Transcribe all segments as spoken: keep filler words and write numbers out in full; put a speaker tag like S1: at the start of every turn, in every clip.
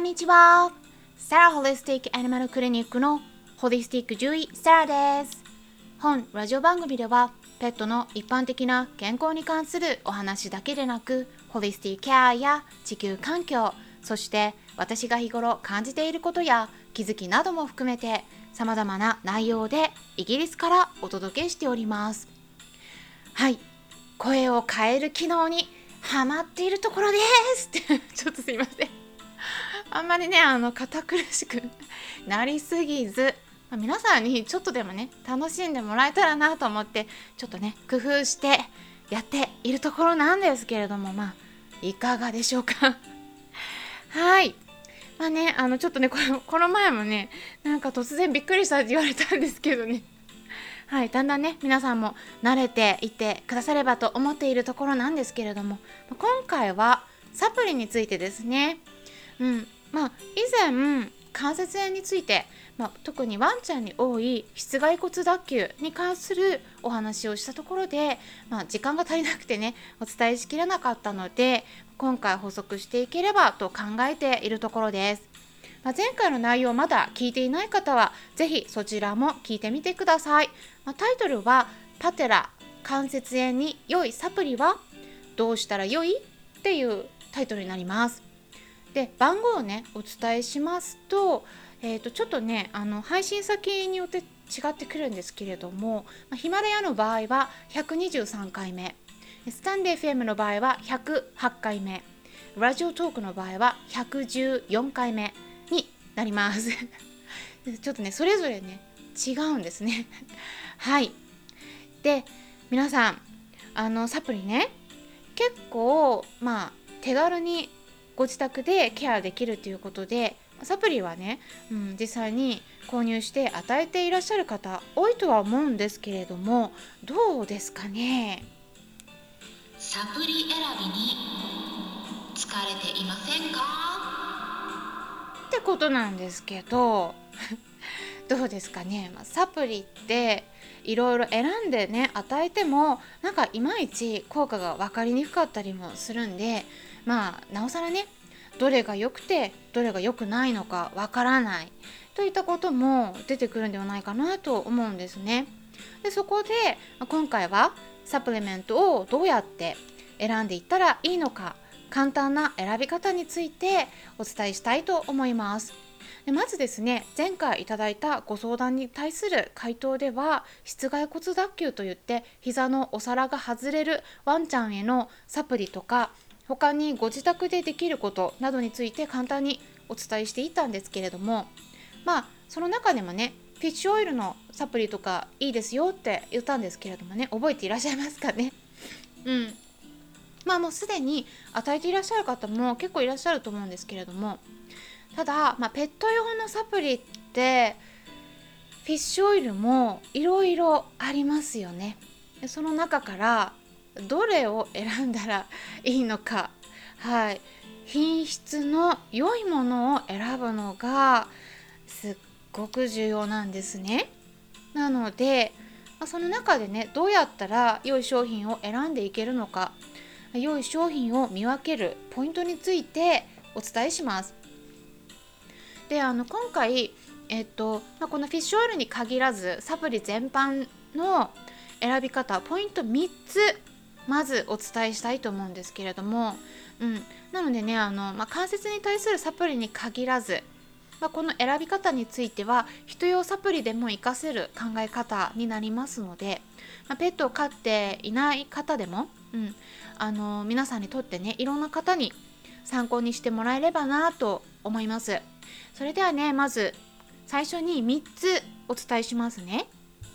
S1: にちは。サラホリスティックアニマルクリニックのホリスティック獣医サラです。本ラジオ番組ではペットの一般的な健康に関するお話だけでなく、ホリスティックケアや地球環境、そして私が日頃感じていることや気づきなども含めて様々な内容でイギリスからお届けしております。はい、声を変える機能にハマっているところですってちょっとすいません、あんまりねあの堅苦しくなりすぎず、まあ、皆さんにちょっとでもね楽しんでもらえたらなと思ってちょっとね工夫してやっているところなんですけれども、まあいかがでしょうかはい、まあねあのちょっとねこの、この前もねなんか突然びっくりしたって言われたんですけどね、はい、だんだんね皆さんも慣れていってくださればと思っているところなんですけれども、今回はサプリについてですね。うんまあ、以前関節炎について、まあ、特にワンちゃんに多い室外骨脱臼に関するお話をしたところで、まあ、時間が足りなくてねお伝えしきれなかったので、今回補足していければと考えているところです。まあ、前回の内容をまだ聞いていない方はぜひそちらも聞いてみてください。まあ、タイトルはパテラ関節炎に良いサプリはどうしたら良いっていうタイトルになります。で番号をねお伝えしますと、えー、とちょっとねあの配信先によって違ってくるんですけれども、まあ、ヒマラヤの場合はひゃくにじゅうさんかいめ、スタンデー エフエム の場合はひゃくはちかいめ、ラジオトークの場合はひゃくじゅうよんかいめになりますちょっとねそれぞれね違うんですねはいで皆さんあのサプリね結構まあ手軽にご自宅でケアできるということで、サプリはね、うん、実際に購入して与えていらっしゃる方多いとは思うんですけれども、どうですかね。
S2: サプリ選びに疲れていませんか
S1: ってことなんですけどどうですかね、まあ、サプリっていろいろ選んでね与えてもなんかいまいち効果が分かりにくかったりもするんで、まあなおさらねどれが良くてどれが良くないのか分からないといったことも出てくるんではないかなと思うんですね。でそこで今回はサプリメントをどうやって選んでいったらいいのか、簡単な選び方についてお伝えしたいと思います。でまずですね、前回いただいたご相談に対する回答では、室外骨脱臼といって膝のお皿が外れるワンちゃんへのサプリとか、他にご自宅でできることなどについて簡単にお伝えしていたんですけれども、まあその中でもねフィッシュオイルのサプリとかいいですよって言ったんですけれどもね、覚えていらっしゃいますかね。うんまあもうすでに与えていらっしゃる方も結構いらっしゃると思うんですけれども、ただ、まあ、ペット用のサプリってフィッシュオイルもいろいろありますよね。その中からどれを選んだらいいのか、はい、品質の良いものを選ぶのがすっごく重要なんですね。なので、まあ、その中でねどうやったら良い商品を選んでいけるのか、良い商品を見分けるポイントについてお伝えします。であの今回、えっとまあ、このフィッシュオイルに限らずサプリ全般の選び方ポイントみっつまずお伝えしたいと思うんですけれども、うん、なのでねあの、まあ、関節に対するサプリに限らず、まあ、この選び方については人用サプリでも活かせる考え方になりますので、まあ、ペットを飼っていない方でも、うん、あの皆さんにとってねいろんな方に参考にしてもらえればなと思います。それではねまず最初にみっつお伝えしますね。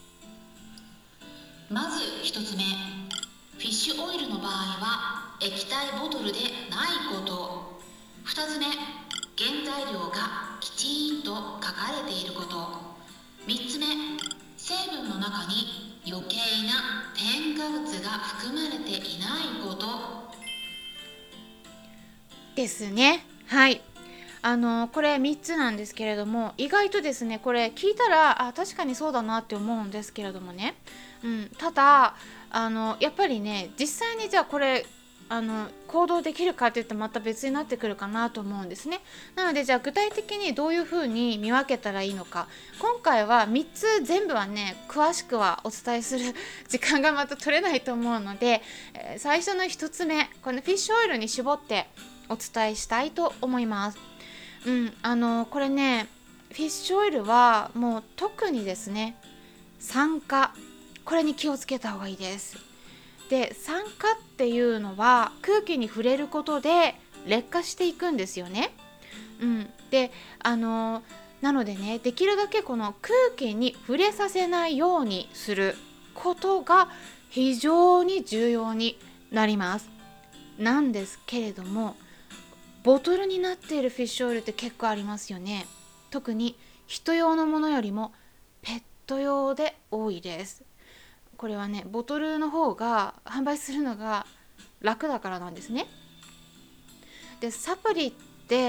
S2: まずひとつめ、フィッシュオイルの場合は液体ボトルでないこと。ふたつめ、原材料がきちんと書かれていること。みっつめ、成分の中に余計な添加物が含まれていないこと
S1: ですね。はい、あのこれみっつなんですけれども、意外とですねこれ聞いたらあ確かにそうだなって思うんですけれどもね、うん、ただあのやっぱりね実際にじゃあこれあの行動できるかっていってまた別になってくるかなと思うんですね。なのでじゃあ具体的にどういうふうに見分けたらいいのか、今回はみっつ全部はね詳しくはお伝えする時間がまた取れないと思うので、えー最初のひとつめ、このフィッシュオイルに絞ってお伝えしたいと思います。うん、あのこれねフィッシュオイルはもう特にですね、酸化、これに気をつけた方がいいです。で、酸化っていうのは空気に触れることで劣化していくんですよね。うん、で、あのなのでね、できるだけこの空気に触れさせないようにすることが非常に重要になります。なんですけれども、ボトルになっているフィッシュオイルって結構ありますよね。特に人用のものよりもペット用で多いです。これはね、ボトルの方が販売するのが楽だからなんですね。で、サプリって、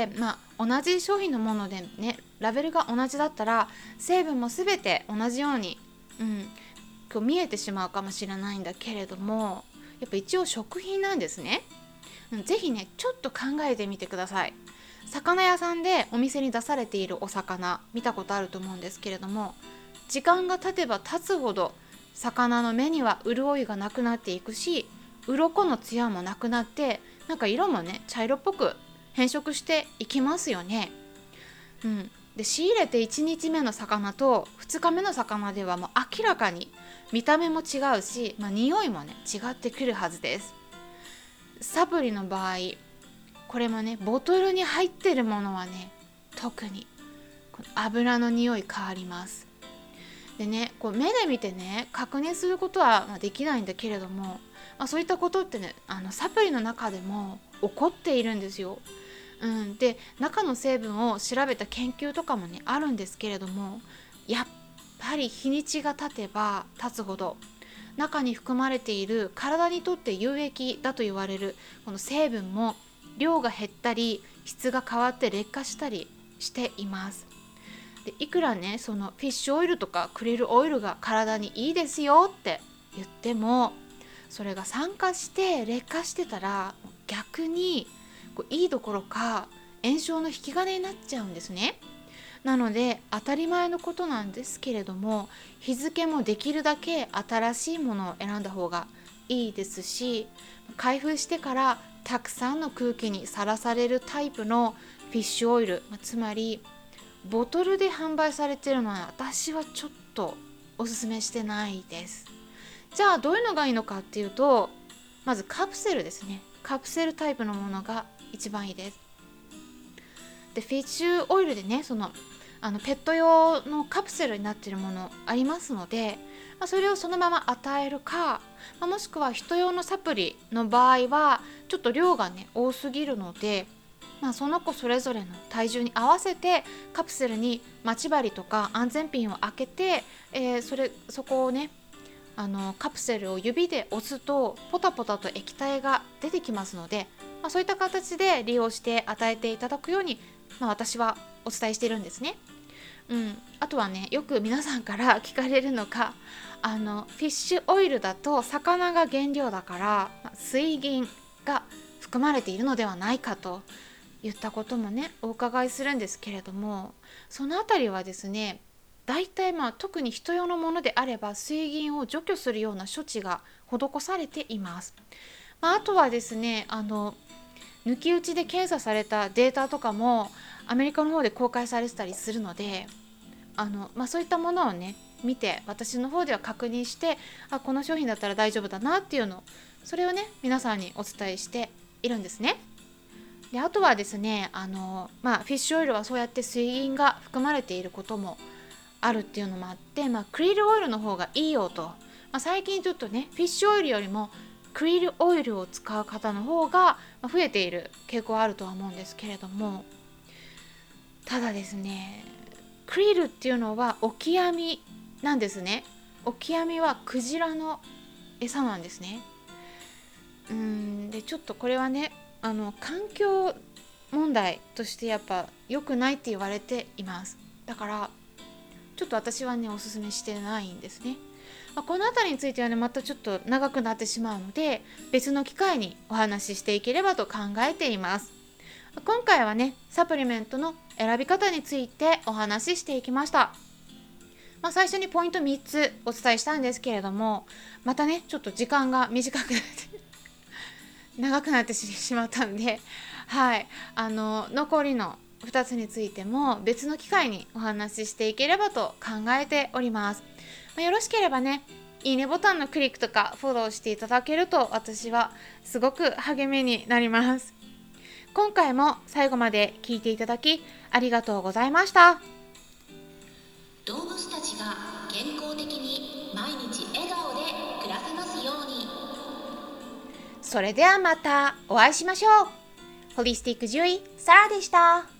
S1: まあ、同じ商品のものでね、ラベルが同じだったら成分も全て同じように、うん、こう見えてしまうかもしれないんだけれども、やっぱ一応食品なんですね。ぜひねちょっと考えてみてください。魚屋さんでお店に出されているお魚見たことあると思うんですけれども、時間が経てば経つほど魚の目には潤いがなくなっていくし、鱗のツヤもなくなって、なんか色もね茶色っぽく変色していきますよね。うん、で仕入れていちにちめの魚とふつかめの魚ではもう明らかに見た目も違うし、まあ、匂いもね違ってくるはずです。サプリの場合、これもねボトルに入ってるものはね特にこの油の匂い変わります。でね、こう目で見てね確認することはまあできないんだけれども、まあ、そういったことってねあのサプリの中でも起こっているんですよ。うん、で中の成分を調べた研究とかもねあるんですけれども、やっぱり日にちが経てば経つほど中に含まれている体にとって有益だと言われるこの成分も量が減ったり質が変わって劣化したりしています。でいくらねそのフィッシュオイルとかクリルオイルが体にいいですよって言っても、それが酸化して劣化してたら逆にこういいどころか炎症の引き金になっちゃうんですね。なので当たり前のことなんですけれども、日付もできるだけ新しいものを選んだ方がいいですし、開封してからたくさんの空気にさらされるタイプのフィッシュオイル、つまりボトルで販売されているのは私はちょっとおすすめしてないです。じゃあどういうのがいいのかっていうと、まずカプセルですね。カプセルタイプのものが一番いいです。でフィッシュオイルでね、そのあのペット用のカプセルになっているものありますので、まあ、それをそのまま与えるか、まあ、もしくは人用のサプリの場合はちょっと量がね多すぎるので、まあ、その子それぞれの体重に合わせてカプセルに待ち針とか安全ピンを開けて、えー、それそこをねあのカプセルを指で押すとポタポタと液体が出てきますので、まあ、そういった形で利用して与えていただくように、まあ、私はお伝えしているんですね。うん、あとはねよく皆さんから聞かれるのが、あのフィッシュオイルだと魚が原料だから、まあ、水銀が含まれているのではないかと言ったこともねお伺いするんですけれども、そのあたりはですね、だいたいまあ特に人用のものであれば水銀を除去するような処置が施されています。まあ、あとはですね、あの抜き打ちで検査されたデータとかもアメリカの方で公開されてたりするので、あの、まあ、そういったものをね見て私の方では確認して、あこの商品だったら大丈夫だなっていうの、それをね皆さんにお伝えしているんですね。であとはですね、あの、まあ、フィッシュオイルはそうやって水銀が含まれていることもあるっていうのもあって、まあ、クリルオイルの方がいいよと、まあ、最近ちょっとねフィッシュオイルよりもクリルオイルを使う方の方が増えている傾向はあるとは思うんですけれども、ただですね、クリルっていうのはオキアミなんですね。オキアミはクジラの餌なんですね。うーんでちょっとこれはねあの環境問題としてやっぱ良くないって言われています。だからちょっと私はねおすすめしてないんですね。 まあ、このあたりについてはねまたちょっと長くなってしまうので別の機会にお話ししていければと考えています。今回はねサプリメントの選び方についてお話ししていきました。まあ、最初にポイントみっつお伝えしたんですけれども、またねちょっと時間が短くなって長くなってしまったんで、はいあの残りのふたつについても別の機会にお話ししていければと考えております。まあ、よろしければねいいねボタンのクリックとかフォローしていただけると私はすごく励みになります。今回も最後まで聞いていただきありがとうございました。
S2: 動物たちが健康的に毎日笑顔で暮らせますように。
S1: それではまたお会いしましょう。ホリスティック獣医サラでした。